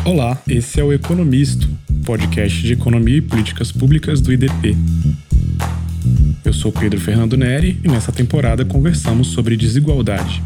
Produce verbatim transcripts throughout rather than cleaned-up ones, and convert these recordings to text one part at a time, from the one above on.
Olá, esse é o Economisto, podcast de economia e políticas públicas do I D P. Eu sou Pedro Fernando Neri e nessa temporada conversamos sobre desigualdade.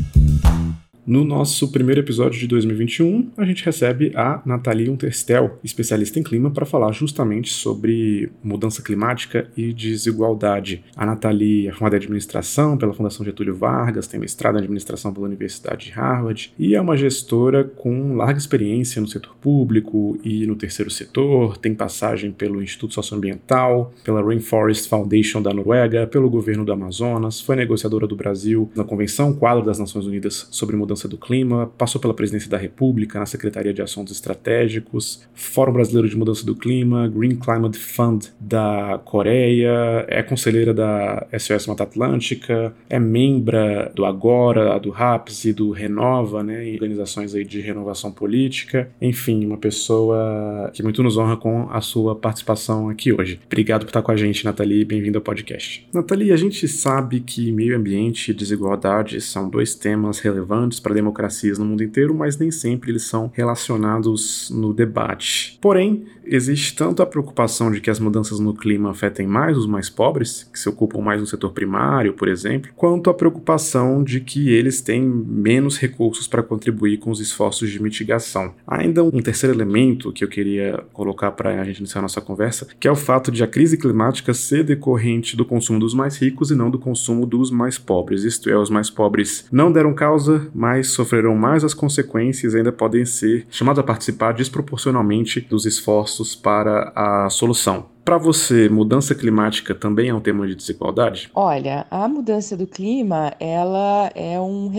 No nosso primeiro episódio de dois mil e vinte e um, a gente recebe a Nathalie Unterstel, especialista em clima, para falar justamente sobre mudança climática e desigualdade. A Nathalie é formada em administração pela Fundação Getúlio Vargas, tem mestrado em administração pela Universidade de Harvard e é uma gestora com larga experiência no setor público e no terceiro setor, tem passagem pelo Instituto Socioambiental, pela Rainforest Foundation da Noruega, pelo governo do Amazonas, foi negociadora do Brasil na Convenção Quadro das Nações Unidas sobre Mudança do Clima, passou pela Presidência da República, na Secretaria de Assuntos Estratégicos, Fórum Brasileiro de Mudança do Clima, Green Climate Fund da Coreia, é conselheira da S O S Mata Atlântica, é membra do Agora, do RAPS e do Renova, né, em organizações aí de renovação política. Enfim, uma pessoa que muito nos honra com a sua participação aqui hoje. Obrigado por estar com a gente, Nathalie, bem-vinda ao podcast. Nathalie, a gente sabe que meio ambiente e desigualdade são dois temas relevantes para democracias no mundo inteiro, mas nem sempre eles são relacionados no debate. Porém, existe tanto a preocupação de que as mudanças no clima afetem mais os mais pobres, que se ocupam mais no setor primário, por exemplo, quanto a preocupação de que eles têm menos recursos para contribuir com os esforços de mitigação. Há ainda um terceiro elemento que eu queria colocar para a gente iniciar a nossa conversa, que é o fato de a crise climática ser decorrente do consumo dos mais ricos e não do consumo dos mais pobres. Isto é, os mais pobres não deram causa, mas sofrerão mais as consequências e ainda podem ser chamados a participar desproporcionalmente dos esforços para a solução. Para você, mudança climática também é um tema de desigualdade? Olha, a mudança do clima, ela é um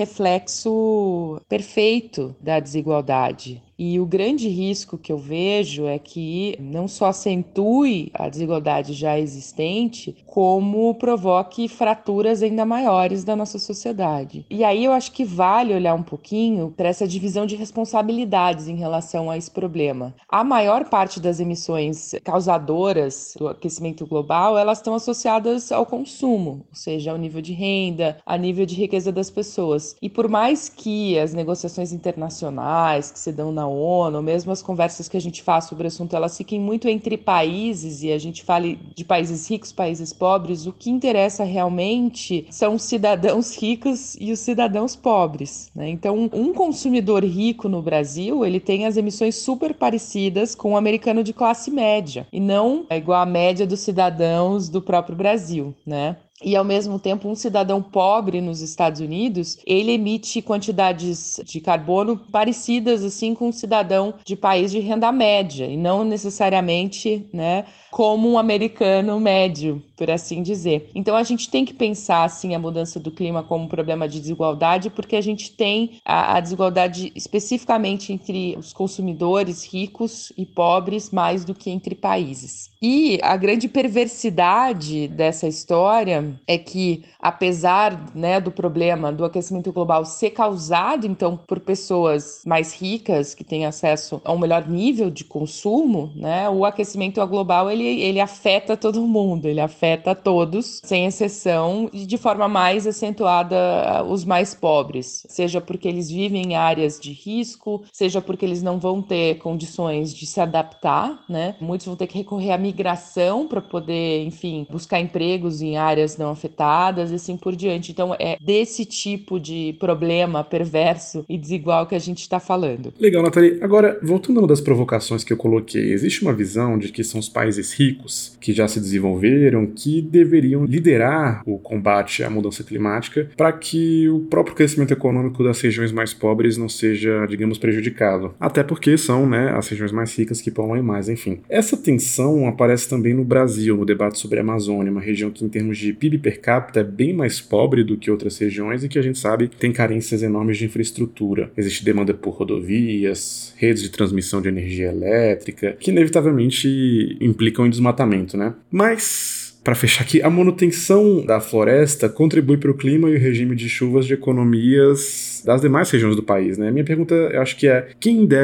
reflexo perfeito da desigualdade. E o grande risco que eu vejo é que não só acentue a desigualdade já existente, como provoque fraturas ainda maiores da nossa sociedade. E aí eu acho que vale olhar um pouquinho para essa divisão de responsabilidades em relação a esse problema. A maior parte das emissões causadoras do aquecimento global, elas estão associadas ao consumo, ou seja, ao nível de renda, a nível de riqueza das pessoas. E por mais que as negociações internacionais que se dão na ONU, mesmo as conversas que a gente faz sobre o assunto, elas fiquem muito entre países e a gente fale de países ricos, países pobres, o que interessa realmente são os cidadãos ricos e os cidadãos pobres, né? Então, um consumidor rico no Brasil, ele tem as emissões super parecidas com o americano de classe média e não é igual à média dos cidadãos do próprio Brasil, né? E, ao mesmo tempo, um cidadão pobre nos Estados Unidos, ele emite quantidades de carbono parecidas, assim, com um cidadão de país de renda média, e não necessariamente, né, como um americano médio, por assim dizer. Então, a gente tem que pensar, assim, a mudança do clima como um problema de desigualdade, porque a gente tem a, a desigualdade especificamente entre os consumidores ricos e pobres, mais do que entre países. E a grande perversidade dessa história é que, apesar, né, do problema do aquecimento global ser causado, então, por pessoas mais ricas que têm acesso a um melhor nível de consumo, né, o aquecimento global ele, ele afeta todo mundo, ele afeta todos, sem exceção, e de forma mais acentuada os mais pobres, seja porque eles vivem em áreas de risco, seja porque eles não vão ter condições de se adaptar, né? Muitos vão ter que recorrer à migração para poder, enfim, buscar empregos em áreas não afetadas e assim por diante. Então, é desse tipo de problema perverso e desigual que a gente está falando. Legal, Nathalie. Agora, voltando a uma das provocações que eu coloquei, existe uma visão de que são os países ricos que já se desenvolveram que deveriam liderar o combate à mudança climática para que o próprio crescimento econômico das regiões mais pobres não seja, digamos, prejudicado. Até porque são, né, as regiões mais ricas que poluem mais, enfim. Essa tensão aparece também no Brasil, no debate sobre a Amazônia, uma região que, em termos de P I B per capita, é bem mais pobre do que outras regiões e que a gente sabe tem carências enormes de infraestrutura. Existe demanda por rodovias, redes de transmissão de energia elétrica, que inevitavelmente implicam em desmatamento, né? Mas, para fechar aqui, a manutenção da floresta contribui para o clima e o regime de chuvas de economias das demais regiões do país, né? Minha pergunta, eu acho que é, quem deve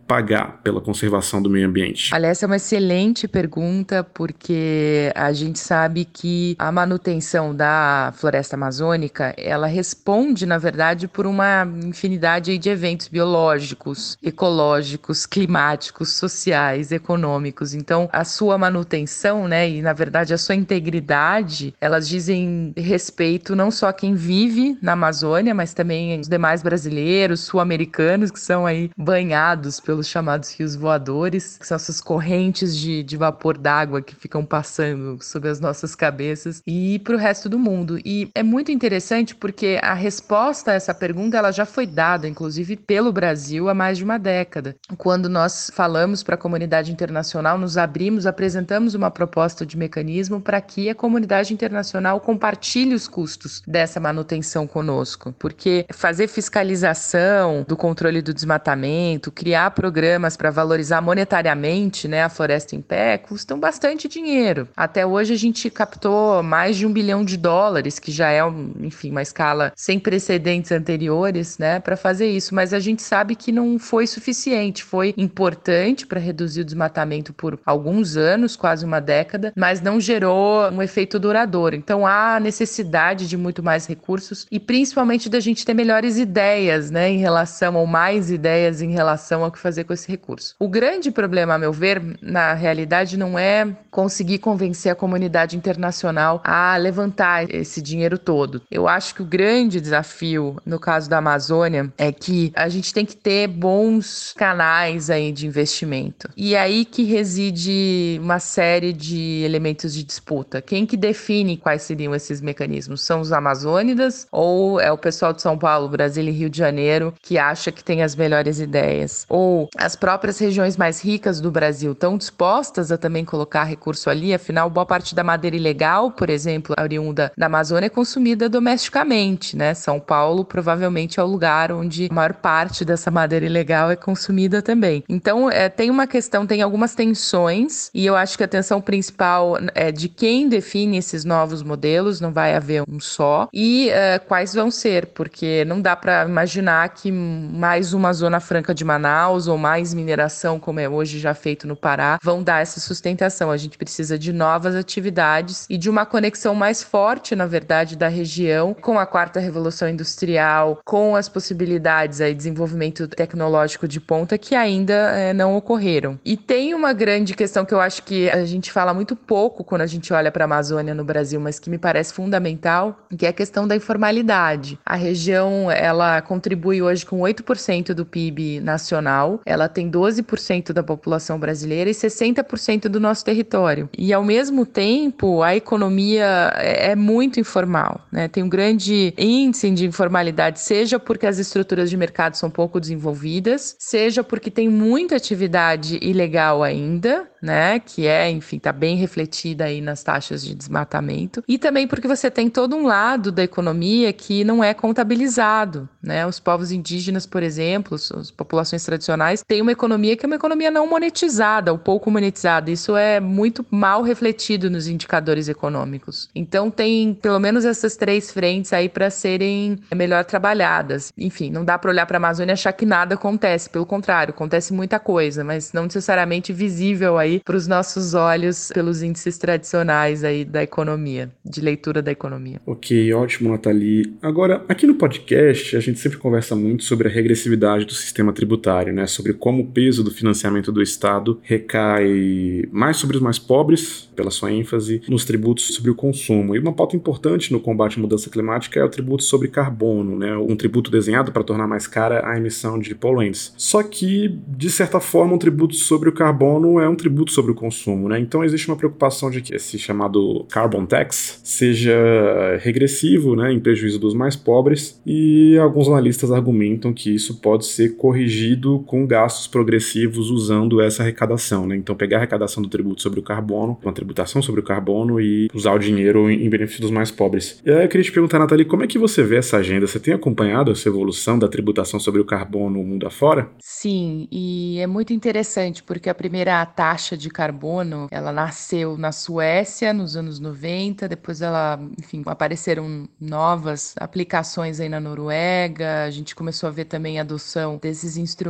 pagar pela conservação do meio ambiente? Aliás, essa é uma excelente pergunta, porque a gente sabe que a manutenção da floresta amazônica, ela responde, na verdade, por uma infinidade aí de eventos biológicos, ecológicos, climáticos, sociais, econômicos. Então, a sua manutenção, né, e na verdade a sua integridade, elas dizem respeito não só a quem vive na Amazônia, mas também os demais brasileiros, sul-americanos, que são aí banhados pelos chamados rios voadores, que são essas correntes de, de vapor d'água que ficam passando sobre as nossas cabeças, e para o resto do mundo. E é muito interessante porque a resposta a essa pergunta ela já foi dada, inclusive, pelo Brasil há mais de uma década. Quando nós falamos para a comunidade internacional, nos abrimos, apresentamos uma proposta de mecanismo para que a comunidade internacional compartilhe os custos dessa manutenção conosco. Porque fazer fiscalização do controle do desmatamento, criar programas para valorizar monetariamente, né, a floresta em pé, custam bastante dinheiro. Até hoje a gente captou mais de um bilhão de dólares, que já é, enfim, uma escala sem precedentes anteriores, né, para fazer isso. Mas a gente sabe que não foi suficiente. Foi importante para reduzir o desmatamento por alguns anos, quase uma década, mas não gerou um efeito duradouro. Então há necessidade de muito mais recursos e principalmente da gente ter melhores ideias, né, em relação, ou mais ideias em relação ao que fazer com esse recurso. O grande problema, a meu ver, na realidade, não é conseguir convencer a comunidade internacional a levantar esse dinheiro todo. Eu acho que o grande desafio, no caso da Amazônia, é que a gente tem que ter bons canais aí de investimento. E é aí que reside uma série de elementos de disputa. Quem que define quais seriam esses mecanismos? São os amazônidas ou é o pessoal de São Paulo, Brasília e Rio de Janeiro que acha que tem as melhores ideias? Ou as próprias regiões mais ricas do Brasil estão dispostas a também colocar recurso ali? Afinal, boa parte da madeira ilegal, por exemplo, oriunda da Amazônia, é consumida domesticamente, né? São Paulo provavelmente é o lugar onde a maior parte dessa madeira ilegal é consumida também. Então, é, tem uma questão, tem algumas tensões, e eu acho que a tensão principal é de quem define esses novos modelos, não vai haver um só, e é, quais vão ser, porque não dá para imaginar que mais uma Zona Franca de Manaus ou mais mineração, como é hoje já feito no Pará, vão dar essa sustentação. A gente precisa de novas atividades e de uma conexão mais forte, na verdade, da região com a quarta revolução industrial, com as possibilidades aí de desenvolvimento tecnológico de ponta que ainda é, não ocorreram. E tem uma grande questão que eu acho que a gente fala muito pouco quando a gente olha para a Amazônia no Brasil, mas que me parece fundamental, que é a questão da informalidade. A região, ela contribui hoje com oito por cento do P I B nacional, ela tem doze por cento da população brasileira e sessenta por cento do nosso território. E, ao mesmo tempo, a economia é muito informal, né? Tem um grande índice de informalidade, seja porque as estruturas de mercado são pouco desenvolvidas, seja porque tem muita atividade ilegal ainda, né? Que é, enfim, está bem refletida aí nas taxas de desmatamento. E também porque você tem todo um lado da economia que não é contabilizado, né? Os povos indígenas, por exemplo, as populações tradicionais, têm uma economia que é uma economia não monetizada, ou pouco monetizada. Isso é muito mal refletido nos indicadores econômicos. Então, tem pelo menos essas três frentes aí para serem melhor trabalhadas. Enfim, não dá para olhar para a Amazônia e achar que nada acontece. Pelo contrário, acontece muita coisa, mas não necessariamente visível aí para os nossos olhos pelos índices tradicionais aí da economia, de leitura da economia. Ok, ótimo, Nathalie. Agora, aqui no podcast, a gente sempre conversa muito sobre a regressividade do sistema tributário, né? Sobre como o peso do financiamento do Estado recai mais sobre os mais pobres, pela sua ênfase, nos tributos sobre o consumo. E uma pauta importante no combate à mudança climática é o tributo sobre carbono, né? Um tributo desenhado para tornar mais cara a emissão de poluentes. Só que, de certa forma, um tributo sobre o carbono é um tributo sobre o consumo, né? Então existe uma preocupação de que esse chamado carbon tax seja regressivo, né, em prejuízo dos mais pobres, e alguns analistas argumentam que isso pode ser corrigido com gastos progressivos usando essa arrecadação, né? Então pegar a arrecadação do tributo sobre o carbono, uma tributação sobre o carbono, e usar o dinheiro em benefício dos mais pobres. E aí eu queria te perguntar, Nathalie, como é que você vê essa agenda? Você tem acompanhado essa evolução da tributação sobre o carbono mundo afora? Sim, e é muito interessante porque a primeira taxa de carbono, ela nasceu na Suécia nos anos noventa, depois ela, enfim, apareceram novas aplicações aí na Noruega, a gente começou a ver também a adoção desses instrumentos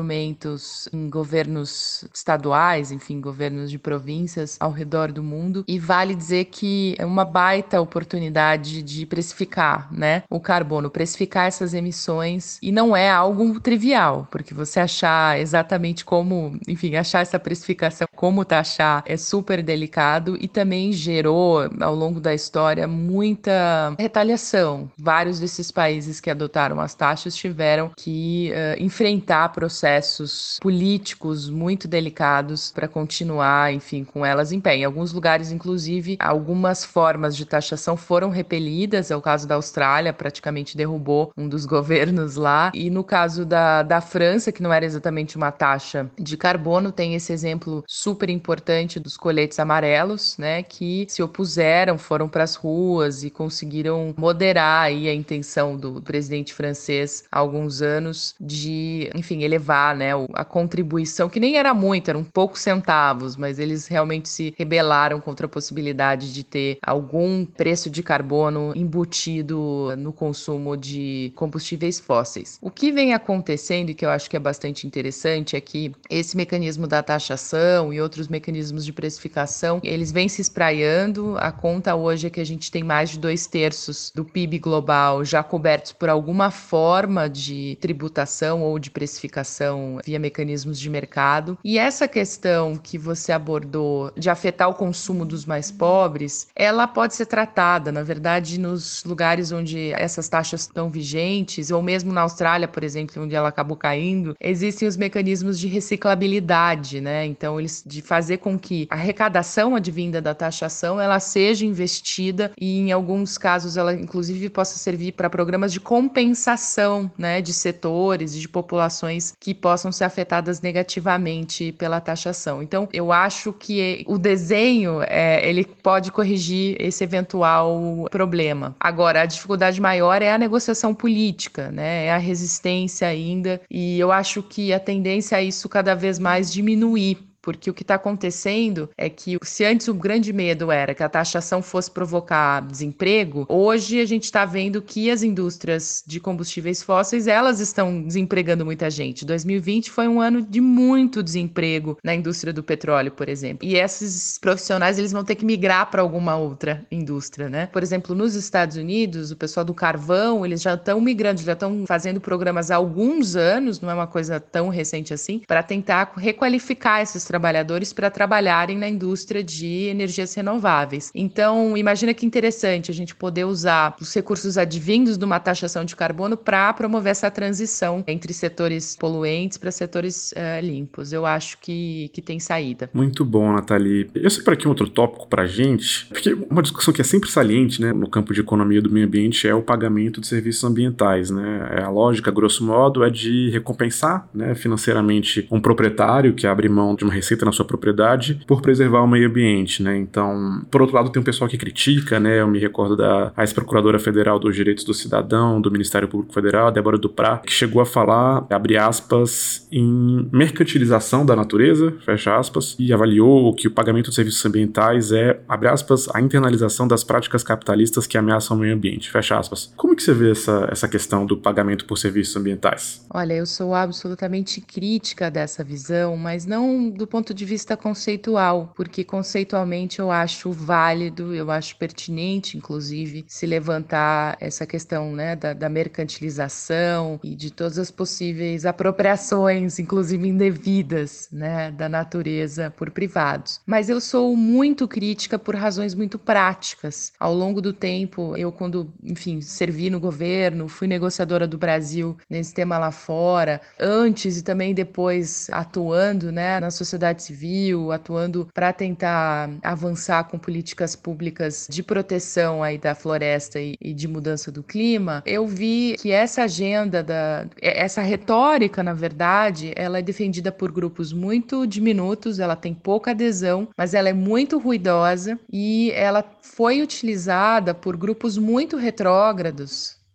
feitos em governos estaduais, enfim, governos de províncias ao redor do mundo, e vale dizer que é uma baita oportunidade de precificar, né, o carbono, precificar essas emissões, e não é algo trivial, porque você achar exatamente como, enfim, achar essa precificação, como taxar, é super delicado e também gerou, ao longo da história, muita retaliação. Vários desses países que adotaram as taxas tiveram que uh, enfrentar processos políticos muito delicados para continuar, enfim, com elas em pé. Em alguns lugares, inclusive, algumas formas de taxação foram repelidas. É o caso da Austrália, praticamente derrubou um dos governos lá. E no caso da, da França, que não era exatamente uma taxa de carbono, tem esse exemplo super importante dos coletes amarelos, né, que se opuseram, foram para as ruas e conseguiram moderar aí a intenção do presidente francês há alguns anos de, enfim, elevar, né, a contribuição, que nem era muito, eram poucos centavos, mas eles realmente se rebelaram contra a possibilidade de ter algum preço de carbono embutido no consumo de combustíveis fósseis. O que vem acontecendo, e que eu acho que é bastante interessante, é que esse mecanismo da taxação e outros mecanismos de precificação, eles vêm se espraiando. A conta hoje é que a gente tem mais de dois terços do P I B global já cobertos por alguma forma de tributação ou de precificação via mecanismos de mercado. E essa questão que você abordou de afetar o consumo dos mais pobres, ela pode ser tratada, na verdade, nos lugares onde essas taxas estão vigentes, ou mesmo na Austrália, por exemplo, onde ela acabou caindo, existem os mecanismos de reciclabilidade, né? Então, eles de fazer com que a arrecadação advinda da taxação ela seja investida e, em alguns casos, ela inclusive possa servir para programas de compensação, né, de setores e de populações que possam ser afetadas negativamente pela taxação. Então, eu acho que o desenho é, ele pode corrigir esse eventual problema. Agora, a dificuldade maior é a negociação política, né? É a resistência ainda, e eu acho que a tendência é isso cada vez mais diminuir. Porque o que está acontecendo é que, se antes o grande medo era que a taxação fosse provocar desemprego, hoje a gente está vendo que as indústrias de combustíveis fósseis, elas estão desempregando muita gente. dois mil e vinte foi um ano de muito desemprego na indústria do petróleo, por exemplo. E esses profissionais, eles vão ter que migrar para alguma outra indústria, né? Por exemplo, nos Estados Unidos, o pessoal do carvão, eles já estão migrando, já estão fazendo programas há alguns anos, não é uma coisa tão recente assim, para tentar requalificar esses trabalhadores para trabalharem na indústria de energias renováveis. Então, imagina que interessante a gente poder usar os recursos advindos de uma taxação de carbono para promover essa transição entre setores poluentes para setores uh, limpos. Eu acho que, que tem saída. Muito bom, Nathalie. Eu separei aqui um outro tópico para a gente, porque uma discussão que é sempre saliente, né, no campo de economia do meio ambiente é o pagamento de serviços ambientais, né? A lógica, grosso modo, é de recompensar, né, financeiramente um proprietário que abre mão de uma receita na sua propriedade por preservar o meio ambiente, né? Então, por outro lado, tem um pessoal que critica, né? Eu me recordo da ex-procuradora federal dos direitos do cidadão, do Ministério Público Federal, Débora Duprá, que chegou a falar, abre aspas, em mercantilização da natureza, fecha aspas, e avaliou que o pagamento de serviços ambientais é, abre aspas, a internalização das práticas capitalistas que ameaçam o meio ambiente, fecha aspas. Como que você vê essa, essa questão do pagamento por serviços ambientais? Olha, eu sou absolutamente crítica dessa visão, mas não do ponto de vista conceitual, porque conceitualmente eu acho válido, eu acho pertinente, inclusive, se levantar essa questão, né, da, da mercantilização e de todas as possíveis apropriações, inclusive indevidas, né, da natureza por privados. Mas eu sou muito crítica por razões muito práticas. Ao longo do tempo, eu quando, enfim, servi no governo, fui negociadora do Brasil nesse tema lá fora, antes e também depois atuando, né, na sociedade civil, atuando para tentar avançar com políticas públicas de proteção aí da floresta e, e de mudança do clima, eu vi que essa agenda, da, essa retórica, na verdade, ela é defendida por grupos muito diminutos, ela tem pouca adesão, mas ela é muito ruidosa e ela foi utilizada por grupos muito retrógrados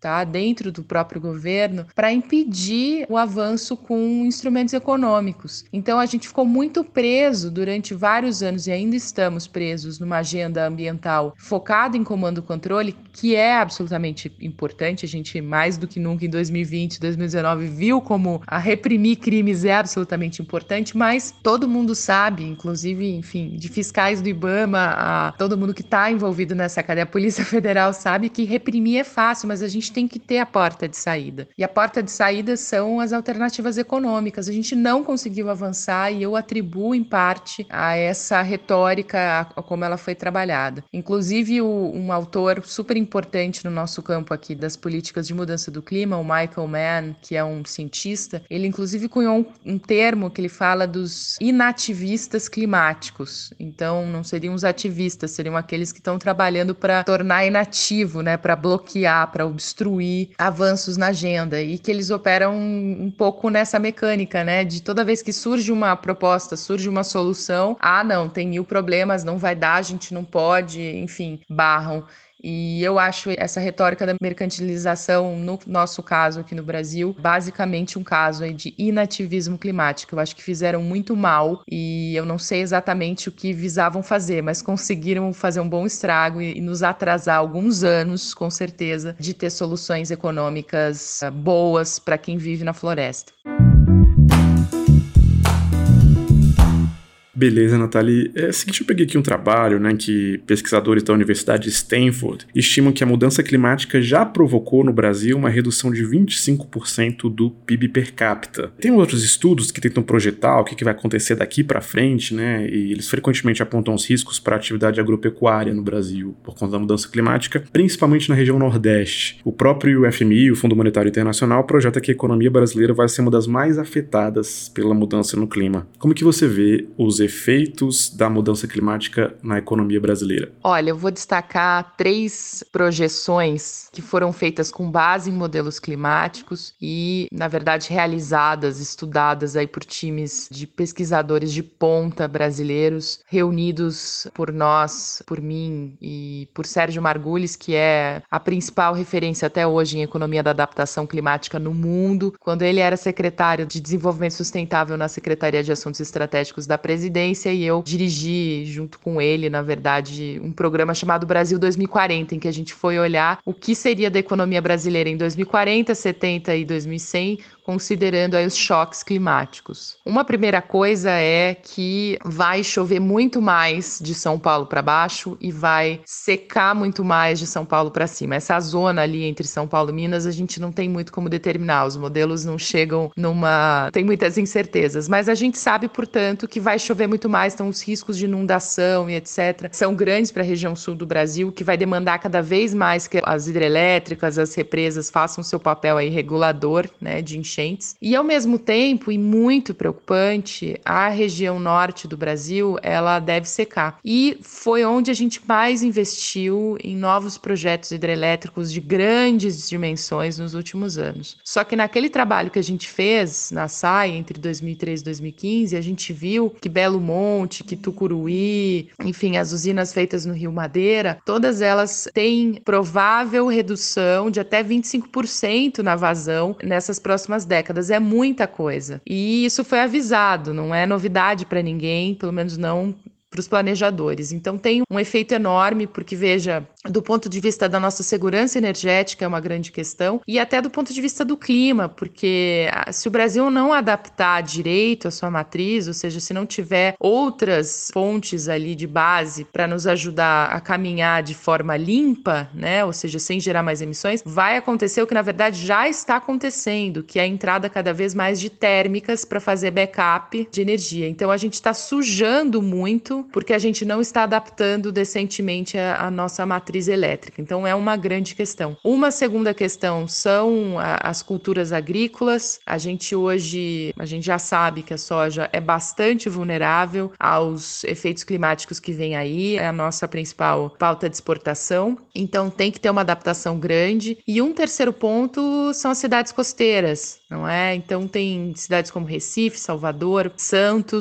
tá, dentro do próprio governo, para impedir o avanço com instrumentos econômicos. Então, a gente ficou muito preso durante vários anos, e ainda estamos presos numa agenda ambiental focada em comando e controle, que é absolutamente importante. A gente, mais do que nunca, em dois mil e vinte, dois mil e dezenove, viu como a reprimir crimes é absolutamente importante, mas todo mundo sabe, inclusive, enfim, de fiscais do IBAMA, a todo mundo que está envolvido nessa cadeia, a Polícia Federal sabe que reprimir é fácil, mas a gente tem que ter a porta de saída. E a porta de saída são as alternativas econômicas. A gente não conseguiu avançar e eu atribuo, em parte, a essa retórica, a como ela foi trabalhada. Inclusive, o, um autor super importante no nosso campo aqui das políticas de mudança do clima, o Michael Mann, que é um cientista, ele inclusive cunhou um, um termo que ele fala dos inativistas climáticos. Então, não seriam os ativistas, seriam aqueles que estão trabalhando para tornar inativo, né, para bloquear, para obstruir avanços na agenda, e que eles operam um, um pouco nessa mecânica, né, de toda vez que surge uma proposta, surge uma solução, ah, não, tem mil problemas, não vai dar, a gente não pode, enfim, barram. E eu acho essa retórica da mercantilização, no nosso caso aqui no Brasil, basicamente um caso aí de inativismo climático. Eu acho que fizeram muito mal e eu não sei exatamente o que visavam fazer, mas conseguiram fazer um bom estrago e nos atrasar alguns anos, com certeza, de ter soluções econômicas boas para quem vive na floresta. Beleza, Nathalie. É o seguinte, eu peguei aqui um trabalho, né, que pesquisadores da Universidade de Stanford estimam que a mudança climática já provocou no Brasil uma redução de vinte e cinco por cento do P I B per capita. Tem outros estudos que tentam projetar o que vai acontecer daqui para frente, né, e eles frequentemente apontam os riscos para a atividade agropecuária no Brasil por conta da mudança climática, principalmente na região Nordeste. O próprio F M I, o Fundo Monetário Internacional, projeta que a economia brasileira vai ser uma das mais afetadas pela mudança no clima. Como que você vê os efeitos da mudança climática na economia brasileira? Olha, eu vou destacar três projeções que foram feitas com base em modelos climáticos e, na verdade, realizadas, estudadas aí por times de pesquisadores de ponta brasileiros, reunidos por nós, por mim e por Sérgio Margulis, que é a principal referência até hoje em economia da adaptação climática no mundo. Quando ele era secretário de Desenvolvimento Sustentável na Secretaria de Assuntos Estratégicos da Presidência, e eu dirigi, junto com ele, na verdade, um programa chamado Brasil dois mil e quarenta, em que a gente foi olhar o que seria da economia brasileira em dois mil e quarenta, setenta e dois mil e cem, considerando aí os choques climáticos. Uma primeira coisa é que vai chover muito mais de São Paulo para baixo e vai secar muito mais de São Paulo para cima. Essa zona ali entre São Paulo e Minas, a gente não tem muito como determinar, os modelos não chegam numa... tem muitas incertezas, mas a gente sabe, portanto, que vai chover muito mais, então os riscos de inundação e etcétera são grandes para a região sul do Brasil, que vai demandar cada vez mais que as hidrelétricas, as represas façam seu papel aí regulador, né, de enchentes. E, ao mesmo tempo, e muito preocupante, a região norte do Brasil, ela deve secar. E foi onde a gente mais investiu em novos projetos hidrelétricos de grandes dimensões nos últimos anos. Só que naquele trabalho que a gente fez na S A I, entre dois mil e treze e dois mil e quinze, a gente viu que Belo Monte, que Tucuruí, enfim, as usinas feitas no Rio Madeira, todas elas têm provável redução de até vinte e cinco por cento na vazão nessas próximas décadas. É muita coisa. E isso foi avisado, não é novidade para ninguém, pelo menos não para os planejadores. Então tem um efeito enorme, porque veja, do ponto de vista da nossa segurança energética é uma grande questão, e até do ponto de vista do clima, porque se o Brasil não adaptar direito a sua matriz, ou seja, se não tiver outras fontes ali de base para nos ajudar a caminhar de forma limpa, né, ou seja, sem gerar mais emissões, vai acontecer o que na verdade já está acontecendo, que é a entrada cada vez mais de térmicas para fazer backup de energia. Então a gente está sujando muito porque a gente não está adaptando decentemente a, a nossa matriz elétrica. Então, é uma grande questão. Uma segunda questão são a, as culturas agrícolas. A gente hoje, a gente já sabe que a soja é bastante vulnerável aos efeitos climáticos que vêm aí. É a nossa principal pauta de exportação. Então, tem que ter uma adaptação grande. E um terceiro ponto são as cidades costeiras, não é? Então, tem cidades como Recife, Salvador, Santos,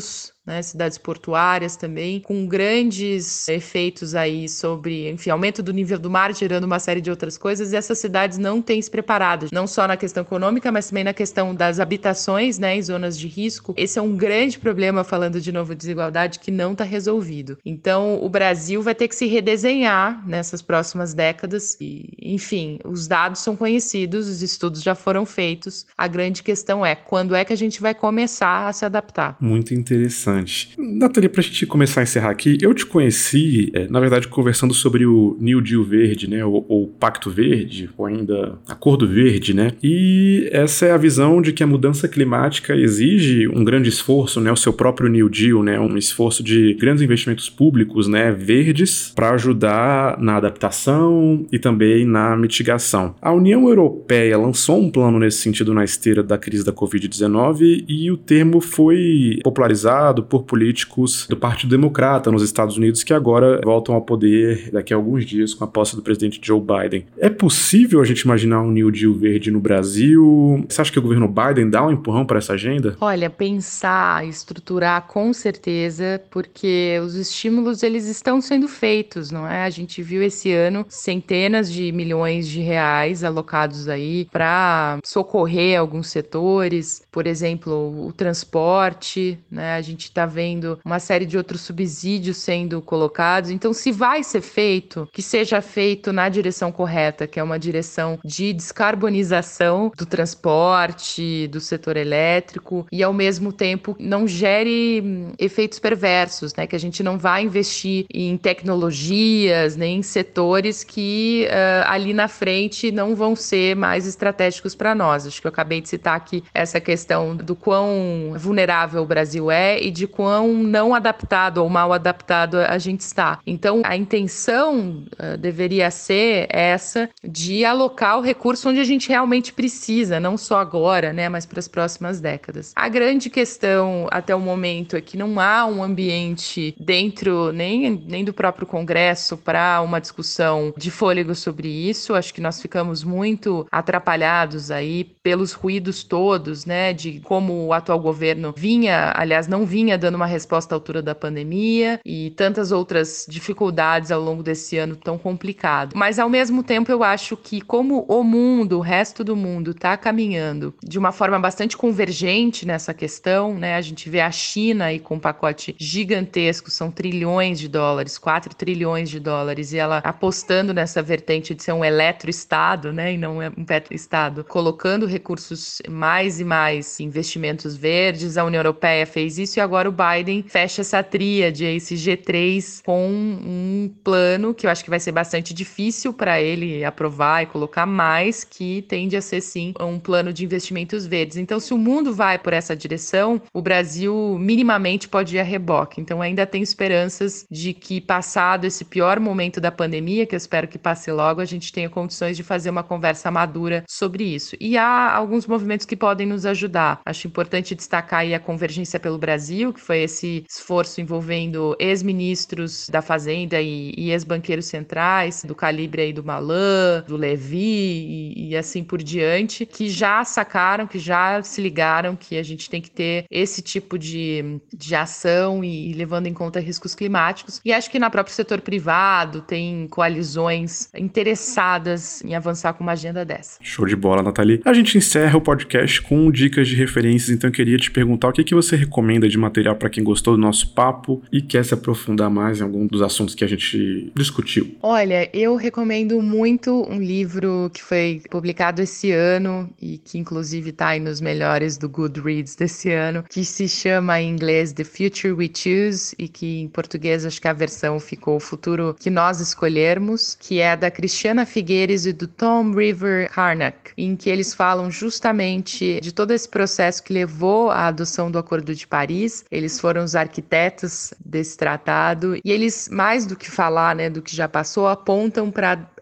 né, cidades portuárias também, com grandes efeitos aí sobre, enfim, aumento do nível do mar, gerando uma série de outras coisas, e essas cidades não têm se preparado, não só na questão econômica, mas também na questão das habitações, né, em zonas de risco. Esse é um grande problema, falando de novo de desigualdade, que não está resolvido. Então, o Brasil vai ter que se redesenhar nessas próximas décadas e, enfim, os dados são conhecidos, os estudos já foram feitos. A grande questão é, quando é que a gente vai começar a se adaptar? Muito interessante. Nathalie, para a gente começar a encerrar aqui, eu te conheci, é, na verdade, conversando sobre o New Deal Verde, né, ou, ou Pacto Verde, ou ainda Acordo Verde, né, e essa é a visão de que a mudança climática exige um grande esforço, né, o seu próprio New Deal, né, um esforço de grandes investimentos públicos, né, verdes, para ajudar na adaptação e também na mitigação. A União Europeia lançou um plano nesse sentido na esteira da crise da covid dezenove e o termo foi popularizado por políticos do Partido Democrata nos Estados Unidos que agora voltam ao poder daqui a alguns dias com a posse do presidente Joe Biden. É possível a gente imaginar um New Deal verde no Brasil? Você acha que o governo Biden dá um empurrão para essa agenda? Olha, pensar, estruturar com certeza, porque os estímulos eles estão sendo feitos, não é? A gente viu esse ano centenas de milhões de reais alocados aí para socorrer alguns setores, por exemplo, o transporte, né? A gente está vendo uma série de outros subsídios sendo colocados. Então, se vai ser feito, que seja feito na direção correta, que é uma direção de descarbonização do transporte, do setor elétrico, e ao mesmo tempo não gere hum, efeitos perversos, né? Que a gente não vai investir em tecnologias, nem em setores que uh, ali na frente não vão ser mais estratégicos para nós. Acho que eu acabei de citar aqui essa questão do quão vulnerável o Brasil é e de quão não adaptado ou mal adaptado a gente está. Então, a intenção uh, deveria ser essa de alocar o recurso onde a gente realmente precisa, não só agora, né, mas para as próximas décadas. A grande questão até o momento é que não há um ambiente dentro nem, nem do próprio Congresso para uma discussão de fôlego sobre isso. Acho que nós ficamos muito atrapalhados aí pelos ruídos todos, né, de como o atual governo vinha, aliás, não vinha dando uma resposta à altura da pandemia e tantas outras dificuldades ao longo desse ano tão complicado. Mas, ao mesmo tempo, eu acho que como o mundo, o resto do mundo está caminhando de uma forma bastante convergente nessa questão, né, a gente vê a China aí com um pacote gigantesco, são trilhões de dólares, quatro trilhões de dólares, e ela apostando nessa vertente de ser um eletroestado, né, e não um petroestado, colocando recursos mais e mais investimentos verdes. A União Europeia fez isso e agora o Biden fecha essa tríade, esse G três, com um plano que eu acho que vai ser bastante difícil para ele aprovar e colocar, mais que tende a ser sim um plano de investimentos verdes. Então, se o mundo vai por essa direção, o Brasil minimamente pode ir a reboque. Então, ainda tenho esperanças de que, passado esse pior momento da pandemia, que eu espero que passe logo, a gente tenha condições de fazer uma conversa madura sobre isso. E há alguns movimentos que podem nos ajudar. Acho importante destacar aí a Convergência pelo Brasil, que foi esse esforço envolvendo ex-ministros da Fazenda e, e ex-banqueiros centrais, do calibre aí do Malan, do Levi e, e assim por diante, que já sacaram, que já se ligaram que a gente tem que ter esse tipo de, de ação e, e levando em conta riscos climáticos. E acho que no próprio setor privado tem coalizões interessadas em avançar com uma agenda dessa. Show de bola, Nathalie. A gente encerra o podcast com dicas de referências, então eu queria te perguntar o que, que você recomenda de material para quem gostou do nosso papo e quer se aprofundar mais em algum dos assuntos que a gente discutiu. Olha, eu recomendo muito um livro que foi publicado esse ano e que inclusive está aí nos melhores do Goodreads desse ano, que se chama em inglês The Future We Choose e que em português acho que a versão ficou O Futuro que Nós Escolhermos, que é da Cristiana Figueires e do Tom River Harnack, em que eles falam justamente de todo esse processo que levou à adoção do Acordo de Paris. Eles foram os arquitetos desse tratado e eles, mais do que falar, né, do que já passou, apontam para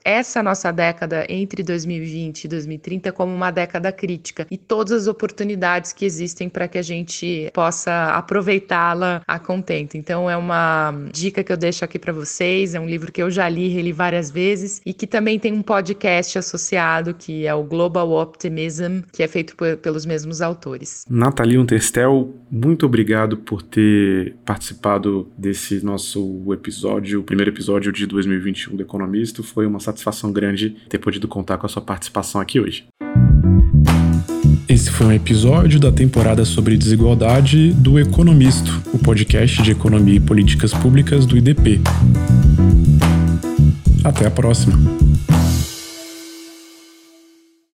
essa nossa década entre dois mil e vinte e dois mil e trinta como uma década crítica e todas as oportunidades que existem para que a gente possa aproveitá-la a contento. Então é uma dica que eu deixo aqui para vocês, é um livro que eu já li, reli várias vezes e que também tem um podcast associado que é o Global Optimism, que é feito por, pelos mesmos autores. Nathalie Unterstel, muito obrigado por ter participado desse nosso episódio, o primeiro episódio de dois mil e vinte e um do Economista. Foi uma satisfação grande ter podido contar com a sua participação aqui hoje. Esse foi um episódio da temporada sobre desigualdade do Economista, o podcast de economia e políticas públicas do I D P. Até a próxima!